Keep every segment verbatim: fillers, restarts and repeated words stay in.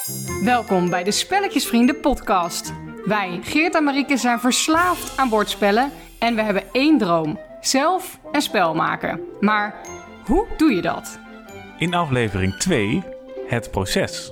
Welkom bij de Spelletjesvrienden podcast. Wij, Geert en Marieke, zijn verslaafd aan bordspellen en we hebben één droom. Zelf een spel maken. Maar hoe doe je dat? In aflevering twee, het proces.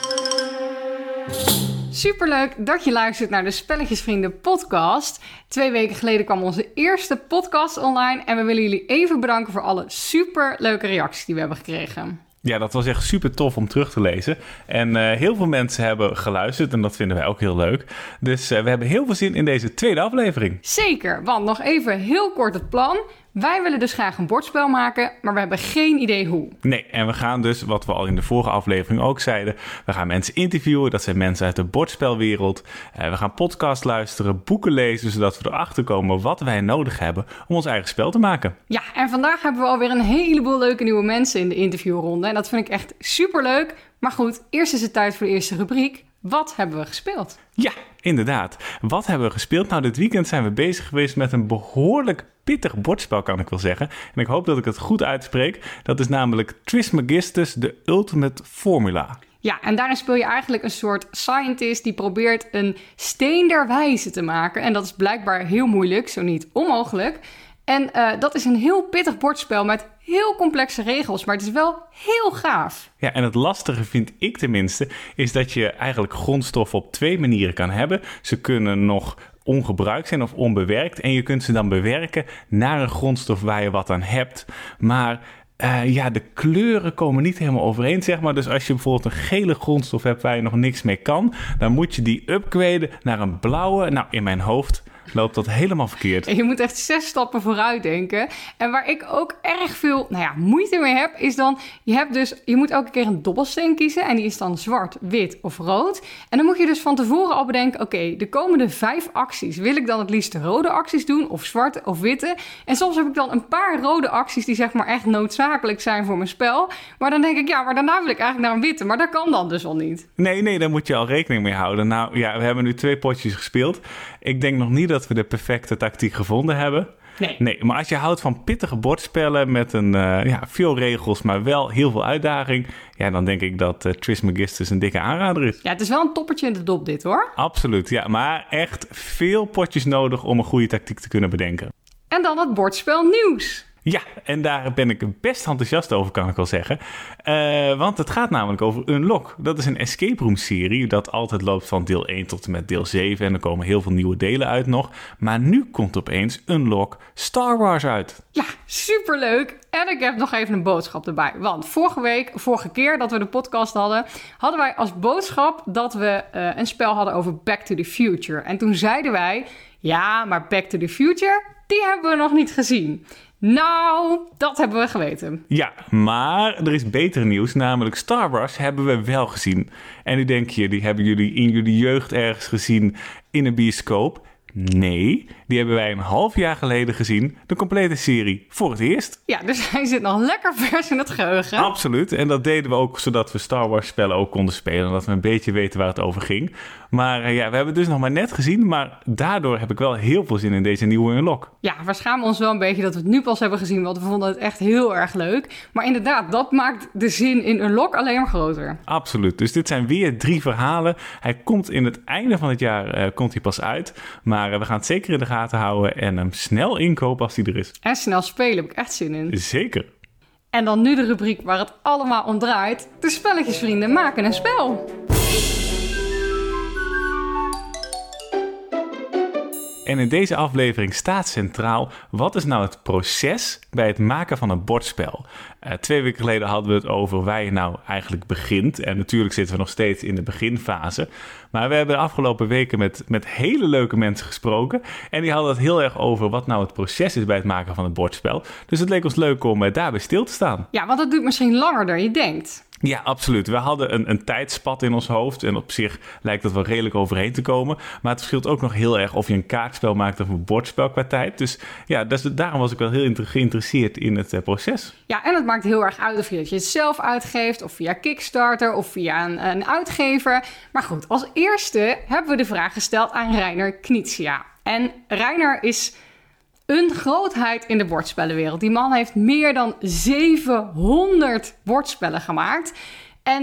Superleuk dat je luistert naar de Spelletjesvrienden podcast. Twee weken geleden kwam onze eerste podcast online en we willen jullie even bedanken voor alle superleuke reacties die we hebben gekregen. Ja, dat was echt super tof om terug te lezen. En uh, heel veel mensen hebben geluisterd en dat vinden wij ook heel leuk. Dus uh, we hebben heel veel zin in deze tweede aflevering. Zeker, want nog even heel kort het plan. Wij willen dus graag een bordspel maken, maar we hebben geen idee hoe. Nee, en we gaan dus, wat we al in de vorige aflevering ook zeiden, we gaan mensen interviewen. Dat zijn mensen uit de bordspelwereld. Uh, we gaan podcast luisteren, boeken lezen, zodat we erachter komen wat wij nodig hebben om ons eigen spel te maken. Ja, en vandaag hebben we alweer een heleboel leuke nieuwe mensen in de interviewronde. En dat vind ik echt superleuk. Maar goed, eerst is het tijd voor de eerste rubriek. Wat hebben we gespeeld? Ja, inderdaad. Wat hebben we gespeeld? Nou, dit weekend zijn we bezig geweest met een behoorlijk pittig bordspel, kan ik wel zeggen. En ik hoop dat ik het goed uitspreek. Dat is namelijk Trismegistus, The Ultimate Formula. Ja, en daarin speel je eigenlijk een soort scientist die probeert een steen der wijze te maken. En dat is blijkbaar heel moeilijk, zo niet onmogelijk. En uh, dat is een heel pittig bordspel met heel complexe regels, maar het is wel heel gaaf. Ja, en het lastige vind ik tenminste, is dat je eigenlijk grondstoffen op twee manieren kan hebben. Ze kunnen nog ongebruikt zijn of onbewerkt en je kunt ze dan bewerken naar een grondstof waar je wat aan hebt. Maar Uh, ja, de kleuren komen niet helemaal overeen, zeg maar. Dus als je bijvoorbeeld een gele grondstof hebt waar je nog niks mee kan, dan moet je die upgraden naar een blauwe. Nou, in mijn hoofd loopt dat helemaal verkeerd. Je moet echt zes stappen vooruit denken. En waar ik ook erg veel nou ja, moeite mee heb, is dan, je hebt dus, je moet elke keer een dobbelsteen kiezen en die is dan zwart, wit of rood. En dan moet je dus van tevoren al bedenken, oké, okay, de komende vijf acties, wil ik dan het liefst rode acties doen of zwarte of witte? En soms heb ik dan een paar rode acties die zeg maar echt noodzakelijk zijn voor mijn spel. Maar dan denk ik, ja, maar daarna wil ik eigenlijk naar een witte. Maar dat kan dan dus al niet. Nee, nee, daar moet je al rekening mee houden. Nou ja, we hebben nu twee potjes gespeeld. Ik denk nog niet dat we de perfecte tactiek gevonden hebben. Nee. Nee, maar als je houdt van pittige bordspellen met een, uh, ja, veel regels, maar wel heel veel uitdaging, ja, dan denk ik dat uh, Trismegistus een dikke aanrader is. Ja, het is wel een toppertje in de dop dit, hoor. Absoluut, ja, maar echt veel potjes nodig om een goede tactiek te kunnen bedenken. En dan het bordspel nieuws. Ja, en daar ben ik best enthousiast over, kan ik wel zeggen. Uh, want het gaat namelijk over Unlock. Dat is een escape room serie dat altijd loopt van deel één tot en met deel zeven. En er komen heel veel nieuwe delen uit nog. Maar nu komt opeens Unlock Star Wars uit. Ja, superleuk. En ik heb nog even een boodschap erbij. Want vorige week, vorige keer dat we de podcast hadden, hadden wij als boodschap dat we uh, een spel hadden over Back to the Future. En toen zeiden wij, ja, maar Back to the Future, die hebben we nog niet gezien. Nou, dat hebben we geweten. Ja, maar er is beter nieuws, namelijk Star Wars hebben we wel gezien. En nu denk je, die hebben jullie in jullie jeugd ergens gezien in een bioscoop? Nee, die hebben wij een half jaar geleden gezien, de complete serie, voor het eerst. Ja, dus hij zit nog lekker vers in het geheugen. Absoluut, en dat deden we ook zodat we Star Wars spellen ook konden spelen, en dat we een beetje weten waar het over ging. Maar uh, ja, we hebben het dus nog maar net gezien, maar daardoor heb ik wel heel veel zin in deze nieuwe Unlock. Ja, we schamen ons wel een beetje dat we het nu pas hebben gezien, want we vonden het echt heel erg leuk. Maar inderdaad, dat maakt de zin in Unlock alleen maar groter. Absoluut, dus dit zijn weer drie verhalen. Hij komt in het einde van het jaar, uh, komt hij pas uit, maar uh, we gaan het zeker in de gaten houden en hem snel inkopen als hij er is. En snel spelen, heb ik echt zin in. Zeker. En dan nu de rubriek waar het allemaal om draait. De Spelletjesvrienden maken een spel. En in deze aflevering staat centraal, wat is nou het proces bij het maken van een bordspel? Uh, twee weken geleden hadden we het over waar je nou eigenlijk begint. En natuurlijk zitten we nog steeds in de beginfase. Maar we hebben de afgelopen weken met, met hele leuke mensen gesproken. En die hadden het heel erg over wat nou het proces is bij het maken van het bordspel. Dus het leek ons leuk om uh, daarbij stil te staan. Ja, want het duurt misschien langer dan je denkt. Ja, absoluut. We hadden een, een tijdspat in ons hoofd en op zich lijkt dat wel redelijk overheen te komen. Maar het verschilt ook nog heel erg of je een kaartspel maakt of een bordspel qua tijd. Dus ja, dus, daarom was ik wel heel inter- geïnteresseerd in het uh, proces. Ja, en het maakt heel erg uit of je het zelf uitgeeft of via Kickstarter of via een, een uitgever. Maar goed, als eerste hebben we de vraag gesteld aan Reiner Knizia. En Reiner is een grootheid in de bordspellenwereld. Die man heeft meer dan zevenhonderd bordspellen gemaakt. En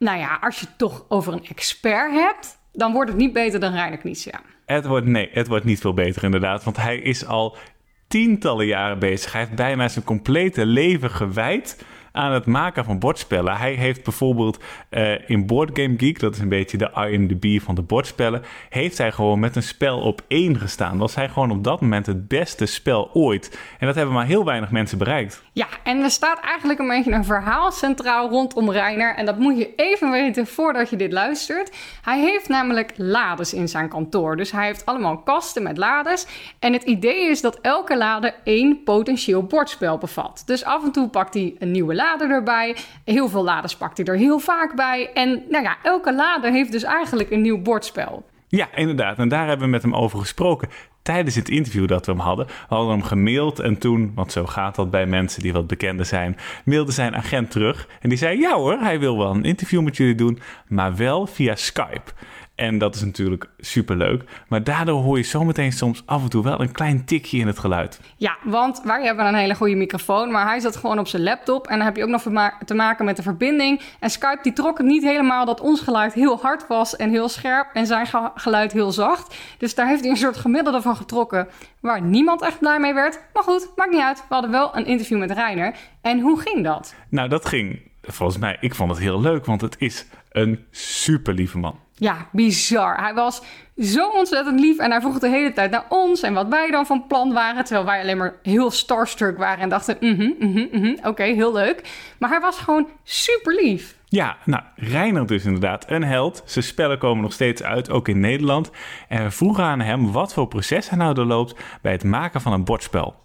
Nou ja, als je het toch over een expert hebt, dan wordt het niet beter dan Reiner Knizia. Het wordt, nee, het wordt niet veel beter inderdaad, want hij is al tientallen jaren bezig. Hij heeft bijna zijn complete leven gewijd aan het maken van bordspellen. Hij heeft bijvoorbeeld uh, in Board Game Geek, dat is een beetje de I M D B van de bordspellen, heeft hij gewoon met een spel op één gestaan. Was hij gewoon op dat moment het beste spel ooit. En dat hebben maar heel weinig mensen bereikt. Ja, en er staat eigenlijk een beetje een verhaal centraal rondom Reiner. En dat moet je even weten voordat je dit luistert. Hij heeft namelijk lades in zijn kantoor. Dus hij heeft allemaal kasten met lades. En het idee is dat elke lade één potentieel bordspel bevat. Dus af en toe pakt hij een nieuwe lade erbij. Heel veel lades pakt hij er heel vaak bij. En nou ja, elke lade heeft dus eigenlijk een nieuw bordspel. Ja, inderdaad. En daar hebben we met hem over gesproken tijdens het interview dat we hem hadden. We hadden hem gemaild en toen, want zo gaat dat bij mensen die wat bekender zijn, mailde zijn agent terug. En die zei, ja hoor, hij wil wel een interview met jullie doen, maar wel via Skype. En dat is natuurlijk superleuk. Maar daardoor hoor je zometeen soms af en toe wel een klein tikje in het geluid. Ja, want wij hebben een hele goede microfoon, maar hij zat gewoon op zijn laptop. En dan heb je ook nog te maken met de verbinding. En Skype die trok het niet helemaal dat ons geluid heel hard was en heel scherp en zijn geluid heel zacht. Dus daar heeft hij een soort gemiddelde van getrokken waar niemand echt blij mee werd. Maar goed, maakt niet uit. We hadden wel een interview met Reiner. En hoe ging dat? Nou, dat ging volgens mij, ik vond het heel leuk, want het is een super lieve man. Ja, bizar. Hij was zo ontzettend lief en hij vroeg de hele tijd naar ons en wat wij dan van plan waren, terwijl wij alleen maar heel starstruck waren en dachten, mhm, mhm, mhm, oké, okay, heel leuk. Maar hij was gewoon super lief. Ja, nou, Reiner dus inderdaad, een held. Zijn spellen komen nog steeds uit, ook in Nederland. En we vroegen aan hem wat voor proces hij nou doorloopt bij het maken van een bordspel.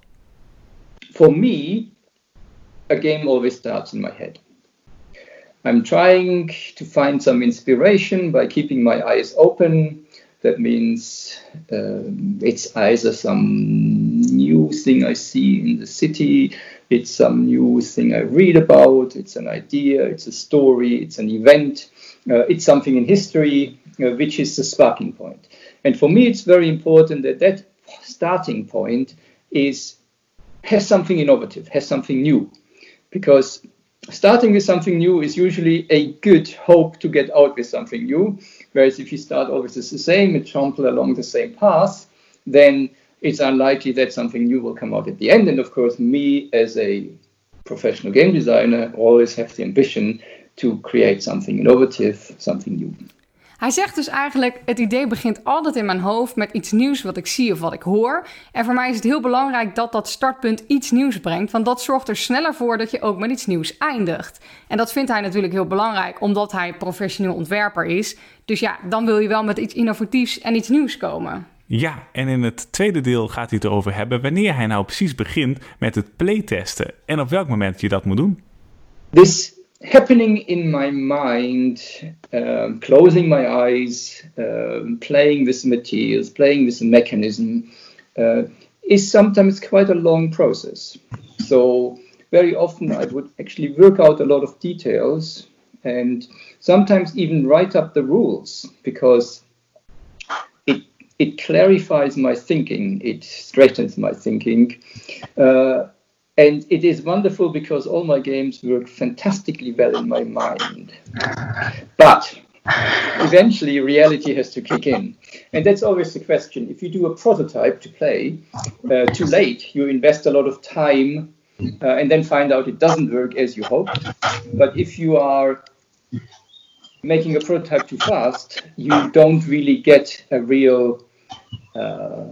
For me, a game always starts in my head. I'm trying to find some inspiration by keeping my eyes open. That means um, it's either some new thing I see in the city, it's some new thing I read about, it's an idea, it's a story, it's an event, uh, it's something in history, uh, which is the sparking point. And for me it's very important that that starting point is has something innovative, has something new. Because starting with something new is usually a good hope to get out with something new. Whereas if you start always with the same and trample along the same path, then it's unlikely that something new will come out at the end. And of course, me as a professional game designer always have the ambition to create something innovative, something new. Hij zegt dus eigenlijk, het idee begint altijd in mijn hoofd met iets nieuws wat ik zie of wat ik hoor. En voor mij is het heel belangrijk dat dat startpunt iets nieuws brengt, want dat zorgt er sneller voor dat je ook met iets nieuws eindigt. En dat vindt hij natuurlijk heel belangrijk, omdat hij professioneel ontwerper is. Dus ja, dan wil je wel met iets innovatiefs en iets nieuws komen. Ja, en in het tweede deel gaat hij het erover hebben wanneer hij nou precies begint met het playtesten en op welk moment je dat moet doen. This happening in my mind, um, closing my eyes, um, playing with the materials, playing with the mechanism, uh, is sometimes quite a long process. So very often I would actually work out a lot of details and sometimes even write up the rules because it it clarifies my thinking, it straightens my thinking. Uh, And it is wonderful because all my games work fantastically well in my mind. But eventually reality has to kick in. And that's always the question. If you do a prototype to play, uh, too late, you invest a lot of time uh, and then find out it doesn't work as you hoped. But if you are making a prototype too fast, you don't really get a real uh,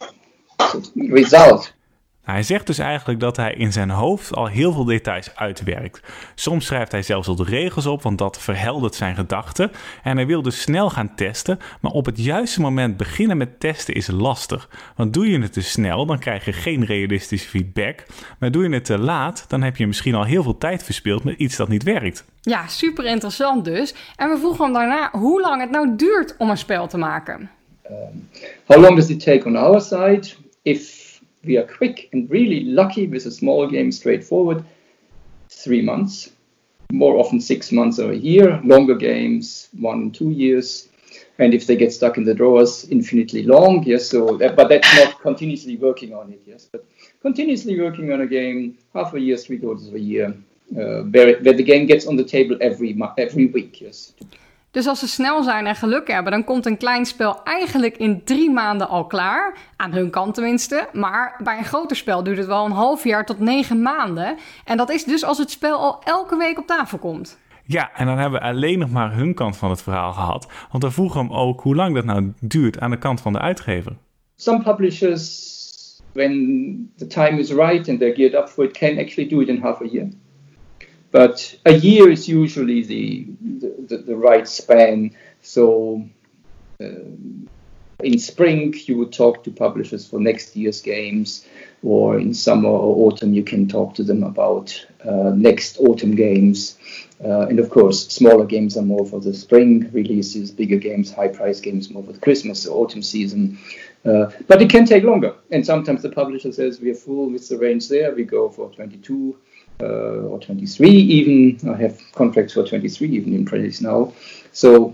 result. Hij zegt dus eigenlijk dat hij in zijn hoofd al heel veel details uitwerkt. Soms schrijft hij zelfs al de regels op, want dat verheldert zijn gedachten. En hij wil dus snel gaan testen, maar op het juiste moment beginnen met testen is lastig. Want doe je het te snel, dan krijg je geen realistische feedback. Maar doe je het te laat, dan heb je misschien al heel veel tijd verspild met iets dat niet werkt. Ja, super interessant dus. En we vroegen hem daarna hoe lang het nou duurt om een spel te maken. Um, how long does it take on our side? If we are quick and really lucky with a small game, straightforward, three months. More often six months or a year. Longer games, one and two years. And if they get stuck in the drawers, infinitely long. Yes, so that, but that's not continuously working on it. Yes, but continuously working on a game, half a year, three quarters of a year, uh, where, where the game gets on the table every, every week, yes. Dus als ze snel zijn en geluk hebben, dan komt een klein spel eigenlijk in drie maanden al klaar. Aan hun kant tenminste. Maar bij een groter spel duurt het wel een half jaar tot negen maanden. En dat is dus als het spel al elke week op tafel komt. Ja, en dan hebben we alleen nog maar hun kant van het verhaal gehad. Want we vroegen hem ook hoe lang dat nou duurt aan de kant van de uitgever. Some publishers, when the time is right and they're geared up for it, can actually do it in half a year. But a year is usually the the, the, the right span. So uh, in spring you would talk to publishers for next year's games, or in summer or autumn you can talk to them about uh, next autumn games. Uh, and of course, smaller games are more for the spring releases, bigger games, high-price games more for the Christmas or autumn season. Uh, but it can take longer. And sometimes the publisher says, we are full with the range there, we go for twenty-two uh, or twenty-three even. I have contracts for twenty-three even in place now. So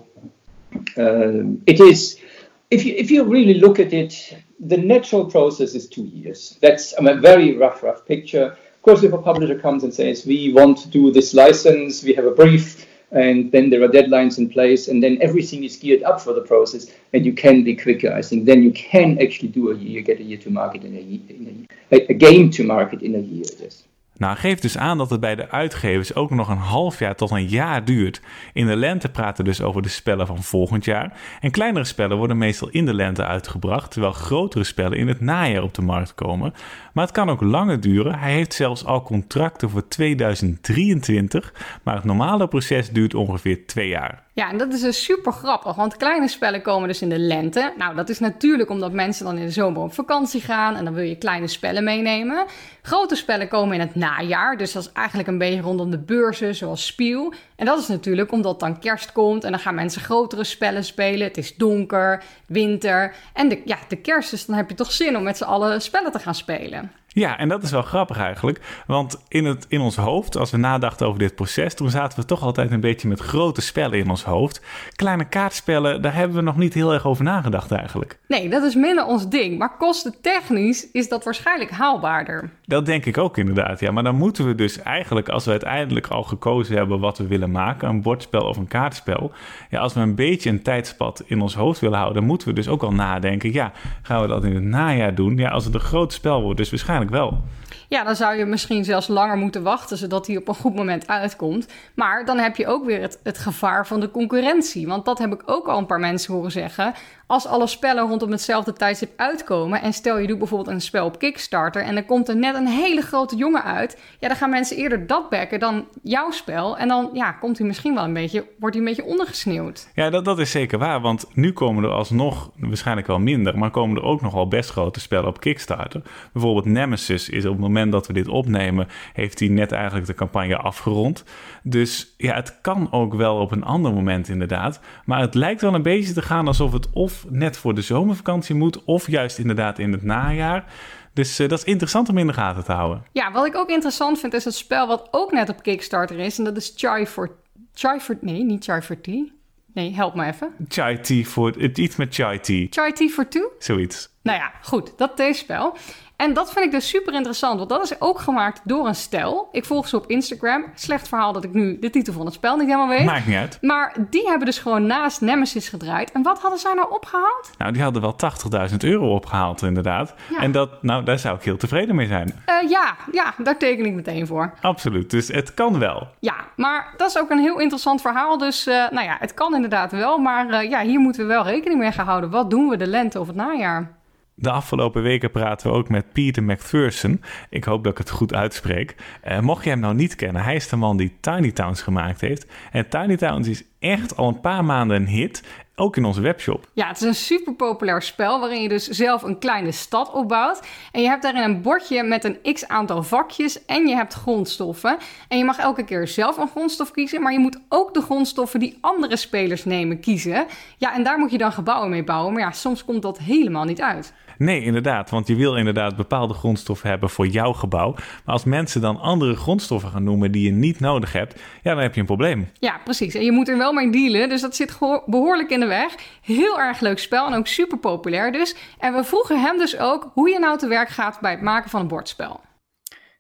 uh, it is, if you, if you really look at it, the natural process is two years. That's I mean, a very rough, rough picture. Of course, if a publisher comes and says, we want to do this license, we have a brief, and then there are deadlines in place, and then everything is geared up for the process, and you can be quicker. I think then you can actually do a year, get a year to market in a year, in a, a game to market in a year. Yes. Nou, geeft dus aan dat het bij de uitgevers ook nog een half jaar tot een jaar duurt. In de lente praten we dus over de spellen van volgend jaar. En kleinere spellen worden meestal in de lente uitgebracht, terwijl grotere spellen in het najaar op de markt komen. Maar het kan ook langer duren. Hij heeft zelfs al contracten voor tweeduizend drieëntwintig, maar het normale proces duurt ongeveer twee jaar. Ja, en dat is dus super grappig, want kleine spellen komen dus in de lente. Nou, dat is natuurlijk omdat mensen dan in de zomer op vakantie gaan en dan wil je kleine spellen meenemen. Grote spellen komen in het najaar, dus dat is eigenlijk een beetje rondom de beurzen, zoals Spiel. En dat is natuurlijk omdat dan kerst komt en dan gaan mensen grotere spellen spelen. Het is donker, winter en de, ja, de kerst, dus dan heb je toch zin om met z'n allen spellen te gaan spelen. Ja, en dat is wel grappig eigenlijk, want in, het, in ons hoofd, als we nadachten over dit proces, toen zaten we toch altijd een beetje met grote spellen in ons hoofd. Kleine kaartspellen, daar hebben we nog niet heel erg over nagedacht eigenlijk. Nee, dat is minder ons ding, maar kostentechnisch is dat waarschijnlijk haalbaarder. Dat denk ik ook inderdaad, ja. Maar dan moeten we dus eigenlijk, als we uiteindelijk al gekozen hebben wat we willen maken, een bordspel of een kaartspel, ja, als we een beetje een tijdspad in ons hoofd willen houden, dan moeten we dus ook al nadenken, ja, gaan we dat in het najaar doen? Ja, als het een groot spel wordt, dus waarschijnlijk wel. Ja, dan zou je misschien zelfs langer moeten wachten, zodat hij op een goed moment uitkomt. Maar dan heb je ook weer het, het gevaar van de concurrentie. Want dat heb ik ook al een paar mensen horen zeggen. Als alle spellen rondom hetzelfde tijdstip uitkomen, en stel je doet bijvoorbeeld een spel op Kickstarter en er komt er net een hele grote jongen uit, ja, dan gaan mensen eerder dat backen dan jouw spel. En dan ja, komt hij misschien wel een beetje, wordt hij een beetje ondergesneeuwd. Ja, dat, dat is zeker waar, want nu komen er alsnog, waarschijnlijk wel minder, maar komen er ook nogal best grote spellen op Kickstarter. Bijvoorbeeld Nemesis is op het moment dat we dit opnemen, heeft hij net eigenlijk de campagne afgerond. Dus ja, het kan ook wel op een ander moment inderdaad, maar het lijkt wel een beetje te gaan alsof het of net voor de zomervakantie moet, of juist inderdaad in het najaar. Dus uh, dat is interessant om in de gaten te houden. Ja, wat ik ook interessant vind is het spel wat ook net op Kickstarter is. En dat is Chai for... Chai for... Nee, niet Chai for Tea. Nee, help me even. Chai Tea for... Iets met Chai Tea. Chai Tea for Two? Zoiets. Nou ja, goed. Dat theespel. En dat vind ik dus super interessant, want dat is ook gemaakt door een stel. Ik volg ze op Instagram. Slecht verhaal dat ik nu de titel van het spel niet helemaal weet. Maakt niet uit. Maar die hebben dus gewoon naast Nemesis gedraaid. En wat hadden zij nou opgehaald? Nou, die hadden wel tachtigduizend euro opgehaald inderdaad. Ja. En dat, nou, daar zou ik heel tevreden mee zijn. Uh, ja, ja, daar teken ik meteen voor. Absoluut, dus het kan wel. Ja, maar dat is ook een heel interessant verhaal. Dus uh, nou ja, het kan inderdaad wel. Maar uh, ja, hier moeten we wel rekening mee gaan houden. Wat doen we de lente of het najaar? De afgelopen weken praten we ook met Peter McPherson. Ik hoop dat ik het goed uitspreek. Uh, mocht je hem nou niet kennen, hij is de man die Tiny Towns gemaakt heeft. En Tiny Towns is echt al een paar maanden een hit, ook in onze webshop. Ja, het is een super populair spel waarin je dus zelf een kleine stad opbouwt. En je hebt daarin een bordje met een x-aantal vakjes en je hebt grondstoffen. En je mag elke keer zelf een grondstof kiezen, maar je moet ook de grondstoffen die andere spelers nemen kiezen. Ja, en daar moet je dan gebouwen mee bouwen. Maar ja, soms komt dat helemaal niet uit. Nee, inderdaad, want je wil inderdaad bepaalde grondstoffen hebben voor jouw gebouw. Maar als mensen dan andere grondstoffen gaan noemen die je niet nodig hebt, ja, dan heb je een probleem. Ja, precies. En je moet er wel mee dealen, dus dat zit behoorlijk in de weg. Heel erg leuk spel en ook super populair dus. En we vroegen hem dus ook hoe je nou te werk gaat bij het maken van een bordspel.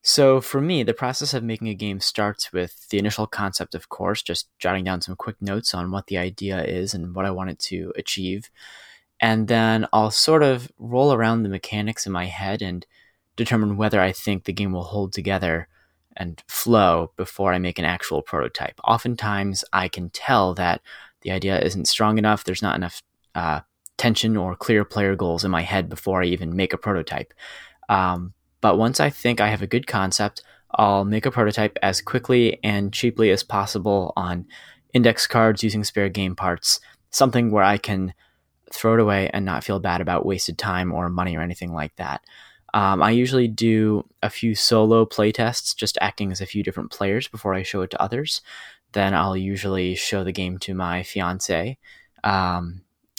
So for me, the process of making a game starts with the initial concept, of course, just jotting down some quick notes on what the idea is and what I want it to achieve. And then I'll sort of roll around the mechanics in my head and determine whether I think the game will hold together and flow before I make an actual prototype. Oftentimes, I can tell that the idea isn't strong enough, there's not enough uh, tension or clear player goals in my head before I even make a prototype. Um, but once I think I have a good concept, I'll make a prototype as quickly and cheaply as possible on index cards using spare game parts, something where I can throw it away and not feel bad about wasted time or money or anything like that. Um, I usually do a few solo playtests, just acting as a few different players before I show it to others. Then I'll usually show the game to my fiance. Um,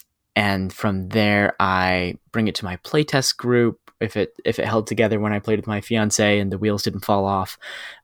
and from there, I bring it to my playtest group. If it if it held together when I played with my fiance and the wheels didn't fall off,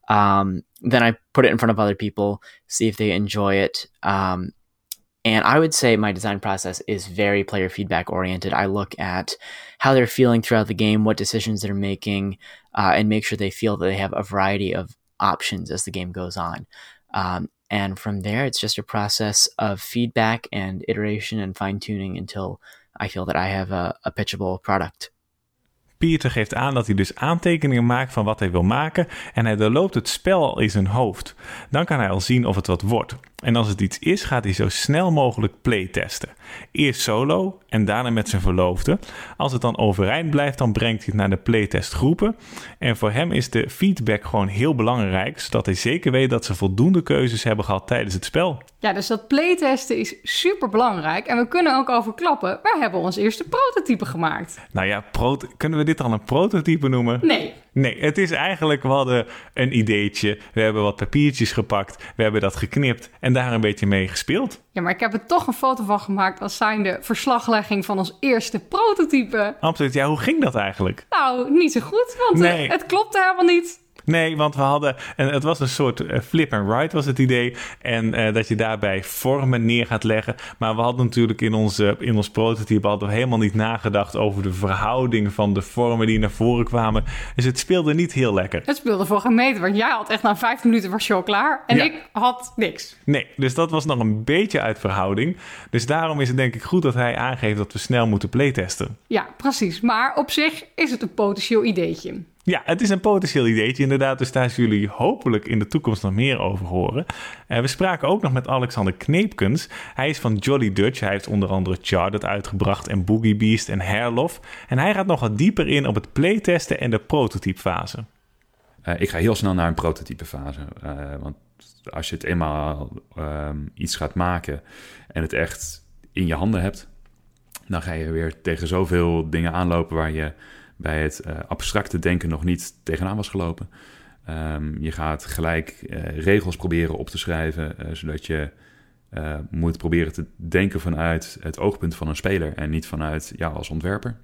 um, then I put it in front of other people, see if they enjoy it. Um, And I would say my design process is very player feedback oriented. I look at how they're feeling throughout the game, what decisions they're making, uh, and make sure they feel that they have a variety of options as the game goes on. Um, and from there, it's just a process of feedback and iteration and fine tuning until I feel that I have a, a pitchable product. Pieter geeft aan dat hij dus aantekeningen maakt van wat hij wil maken en hij doorloopt het spel al in zijn hoofd. Dan kan hij al zien of het wat wordt. En als het iets is, gaat hij zo snel mogelijk playtesten. Eerst solo en daarna met zijn verloofde. Als het dan overeind blijft, dan brengt hij het naar de playtestgroepen. En voor hem is de feedback gewoon heel belangrijk, zodat hij zeker weet dat ze voldoende keuzes hebben gehad tijdens het spel. Ja, dus dat playtesten is super belangrijk. En we kunnen ook overklappen, wij hebben ons eerste prototype gemaakt. Nou ja, proto- kunnen we dit al een prototype noemen? Nee. Nee, het is eigenlijk, we hadden een ideetje. We hebben wat papiertjes gepakt. We hebben dat geknipt en daar een beetje mee gespeeld. Ja, maar ik heb er toch een foto van gemaakt als zijnde verslaglegging van ons eerste prototype. Absoluut. Ja, hoe ging dat eigenlijk? Nou, niet zo goed, want Nee. uh, het klopte helemaal niet. Nee, want we hadden, en het was een soort uh, flip and ride was het idee. En uh, dat je daarbij vormen neer gaat leggen. Maar we hadden natuurlijk in, onze, in ons prototype hadden we helemaal niet nagedacht over de verhouding van de vormen die naar voren kwamen. Dus het speelde niet heel lekker. Het speelde voor geen meter, want jij had echt na vijf minuten was je al klaar. En Ja. ik had niks. Nee, dus dat was nog een beetje uit verhouding. Dus daarom is het denk ik goed dat hij aangeeft dat we snel moeten playtesten. Ja, precies. Maar op zich is het een potentieel ideetje. Ja, het is een potentieel ideetje inderdaad, dus daar zullen jullie hopelijk in de toekomst nog meer over horen. Uh, we spraken ook nog met Alexander Kneepkens. Hij is van Jolly Dutch, hij heeft onder andere Charted uitgebracht en Boogie Beast en Hairloft. En hij gaat nog wat dieper in op het playtesten en de prototypefase. Uh, ik ga heel snel naar een prototypefase, uh, want als je het eenmaal uh, iets gaat maken en het echt in je handen hebt, dan ga je weer tegen zoveel dingen aanlopen waar je bij het uh, abstracte denken nog niet tegenaan was gelopen. Um, je gaat gelijk uh, regels proberen op te schrijven, uh, zodat je uh, moet proberen te denken vanuit het oogpunt van een speler en niet vanuit jou als ontwerper.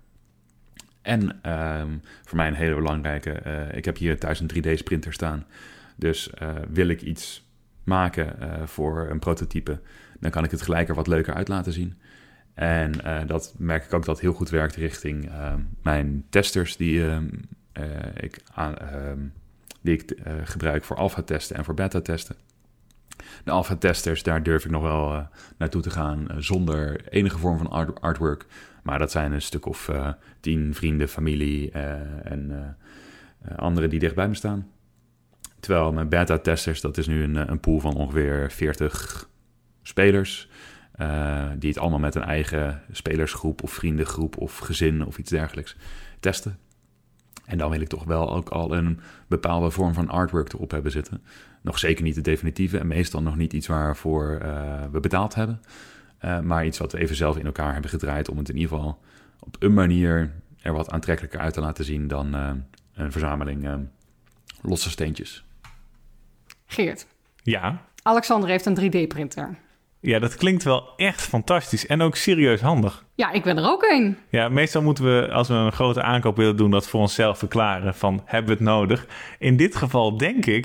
En um, voor mij een hele belangrijke, uh, ik heb hier thuis een drie D-sprinter staan. Dus uh, wil ik iets maken uh, voor een prototype, dan kan ik het gelijk er wat leuker uit laten zien. En uh, dat merk ik ook dat heel goed werkt richting uh, mijn testers die, uh, uh, ik, aan, uh, die ik uh, gebruik voor alpha-testen en voor beta-testen. De alpha-testers, daar durf ik nog wel uh, naartoe te gaan uh, zonder enige vorm van art- artwork. Maar dat zijn een stuk of uh, tien vrienden, familie uh, en uh, uh, anderen die dicht bij me staan. Terwijl mijn beta-testers, dat is nu een, een pool van ongeveer veertig spelers. Uh, die het allemaal met een eigen spelersgroep of vriendengroep of gezin of iets dergelijks testen. En dan wil ik toch wel ook al een bepaalde vorm van artwork erop hebben zitten. Nog zeker niet de definitieve en meestal nog niet iets waarvoor uh, we betaald hebben. Uh, maar iets wat we even zelf in elkaar hebben gedraaid om het in ieder geval op een manier er wat aantrekkelijker uit te laten zien dan uh, een verzameling uh, losse steentjes. Geert, Ja. Alexander heeft een drie D-printer. Ja, dat klinkt wel echt fantastisch en ook serieus handig. Ja, ik ben er ook een. Ja, meestal moeten we, als we een grote aankoop willen doen, dat voor onszelf verklaren van, hebben we het nodig? In dit geval denk ik,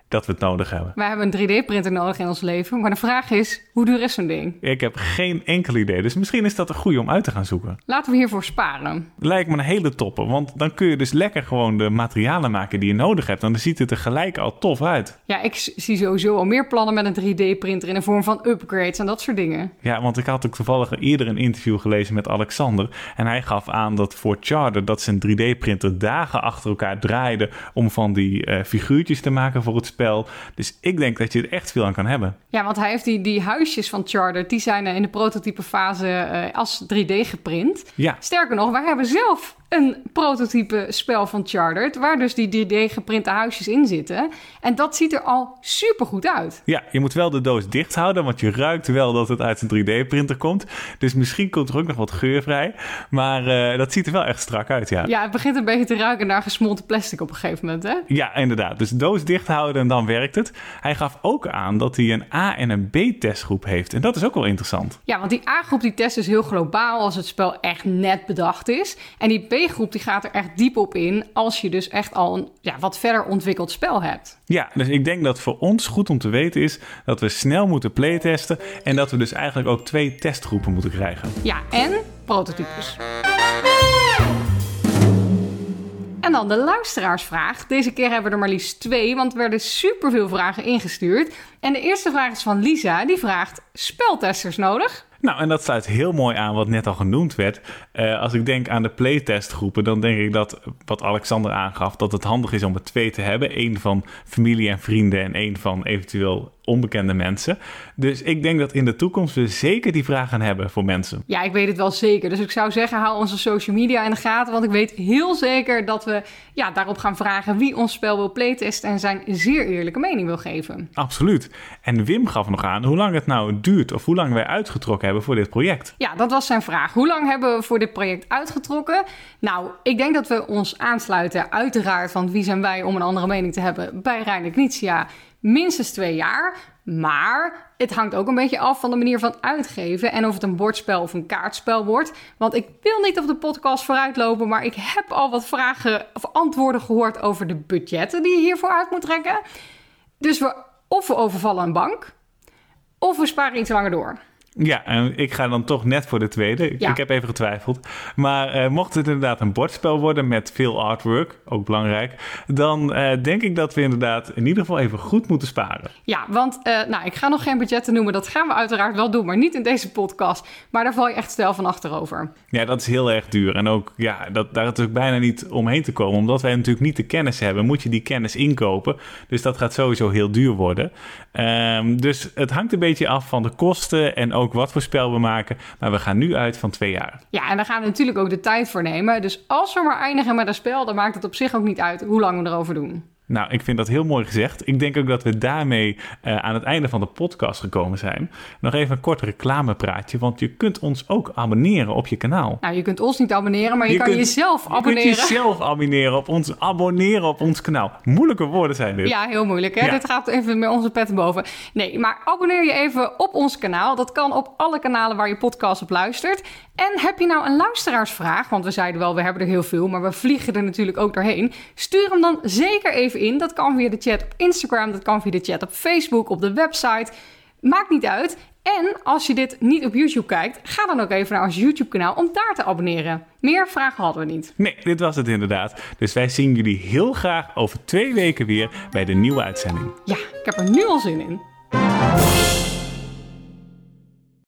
dat we het nodig hebben. Wij hebben een drie D-printer nodig in ons leven. Maar de vraag is, hoe duur is zo'n ding? Ik heb geen enkel idee. Dus misschien is dat een goede om uit te gaan zoeken. Laten we hiervoor sparen. Lijkt me een hele topper. Want dan kun je dus lekker gewoon de materialen maken die je nodig hebt. En dan ziet het er gelijk al tof uit. Ja, ik zie sowieso al meer plannen met een drie D-printer in de vorm van upgrades en dat soort dingen. Ja, want ik had ook toevallig eerder een interview gelezen met Alexander. En hij gaf aan dat voor Charter dat zijn drie D-printer dagen achter elkaar draaide om van die uh, figuurtjes te maken voor het spel. Dus ik denk dat je er echt veel aan kan hebben. Ja, want hij heeft die, die huisjes van Charter, die zijn in de prototype fase uh, als drie D geprint. Ja. Sterker nog, wij hebben zelf een prototype spel van Charter, waar dus die drie D geprinte huisjes in zitten. En dat ziet er al super goed uit. Ja, je moet wel de doos dicht houden, want je ruikt wel dat het uit een drie D-printer komt. Dus misschien komt er ook nog wat geur vrij. Maar uh, dat ziet er wel echt strak uit, ja. Ja, het begint een beetje te ruiken naar gesmolten plastic op een gegeven moment, hè? Ja, inderdaad. Dus doos dicht houden en dan werkt het. Hij gaf ook aan dat hij een A- en een B-testgroep heeft. En dat is ook wel interessant. Ja, want die A-groep die test is heel globaal als het spel echt net bedacht is. En die B-groep die gaat er echt diep op in als je dus echt al een ja, wat verder ontwikkeld spel hebt. Ja, dus ik denk dat voor ons goed om te weten is dat we snel moeten playtesten en dat we dus eigenlijk ook twee testgroepen moeten krijgen. Ja, en prototypes. En dan de luisteraarsvraag. Deze keer hebben we er maar liefst twee, want er werden superveel vragen ingestuurd. En de eerste vraag is van Lisa, die vraagt: speltesters nodig? Nou, en dat sluit heel mooi aan wat net al genoemd werd. Uh, als ik denk aan de playtestgroepen, dan denk ik dat, wat Alexander aangaf, dat het handig is om er twee te hebben. Eén van familie en vrienden en één van eventueel onbekende mensen. Dus ik denk dat in de toekomst we zeker die vraag gaan hebben voor mensen. Ja, ik weet het wel zeker. Dus ik zou zeggen, hou onze social media in de gaten. Want ik weet heel zeker dat we ja, daarop gaan vragen wie ons spel wil playtesten en zijn zeer eerlijke mening wil geven. Absoluut. En Wim gaf nog aan hoe lang het nou duurt of hoe lang wij uitgetrokken hebben voor dit project. Ja, dat was zijn vraag. Hoe lang hebben we voor dit project uitgetrokken? Nou, ik denk dat we ons aansluiten uiteraard van wie zijn wij om een andere mening te hebben bij Reine Knizia. Minstens twee jaar. Maar het hangt ook een beetje af van de manier van uitgeven en of het een bordspel of een kaartspel wordt. Want ik wil niet op de podcast vooruitlopen, maar ik heb al wat vragen of antwoorden gehoord over de budgetten die je hiervoor uit moet trekken. Dus we, of we overvallen een bank, of we sparen iets langer door. Ja, en ik ga dan toch net voor de tweede. Ik, ja. ik heb even getwijfeld. Maar uh, mocht het inderdaad een bordspel worden met veel artwork, ook belangrijk, dan uh, denk ik dat we inderdaad in ieder geval even goed moeten sparen. Ja, want uh, nou, ik ga nog geen budgetten noemen. Dat gaan we uiteraard wel doen, maar niet in deze podcast. Maar daar val je echt stijl van achterover. Ja, dat is heel erg duur. En ook, ja, dat, daar is ook bijna niet omheen te komen. Omdat wij natuurlijk niet de kennis hebben, moet je die kennis inkopen. Dus dat gaat sowieso heel duur worden. Um, dus het hangt een beetje af van de kosten en ook wat voor spel we maken. Maar we gaan nu uit van twee jaar. Ja, en daar gaan we natuurlijk ook de tijd voor nemen. Dus als we maar eindigen met een spel, dan maakt het op zich ook niet uit hoe lang we erover doen. Nou, ik vind dat heel mooi gezegd. Ik denk ook dat we daarmee uh, aan het einde van de podcast gekomen zijn. Nog even een kort reclamepraatje, want je kunt ons ook abonneren op je kanaal. Nou, je kunt ons niet abonneren, maar je, je kan kunt, jezelf abonneren. Je kunt jezelf abonneren op ons, abonneren op ons kanaal. Moeilijke woorden zijn dit. Ja, heel moeilijk, hè? Ja. Dit gaat even met onze pet boven. Nee, maar abonneer je even op ons kanaal. Dat kan op alle kanalen waar je podcast op luistert. En heb je nou een luisteraarsvraag? Want we zeiden wel, we hebben er heel veel, maar we vliegen er natuurlijk ook doorheen. Stuur hem dan zeker even in. Dat kan via de chat op Instagram, dat kan via de chat op Facebook, op de website. Maakt niet uit. En als je dit niet op YouTube kijkt, ga dan ook even naar ons YouTube-kanaal om daar te abonneren. Meer vragen hadden we niet. Nee, dit was het inderdaad. Dus wij zien jullie heel graag over twee weken weer bij de nieuwe uitzending. Ja, ik heb er nu al zin in.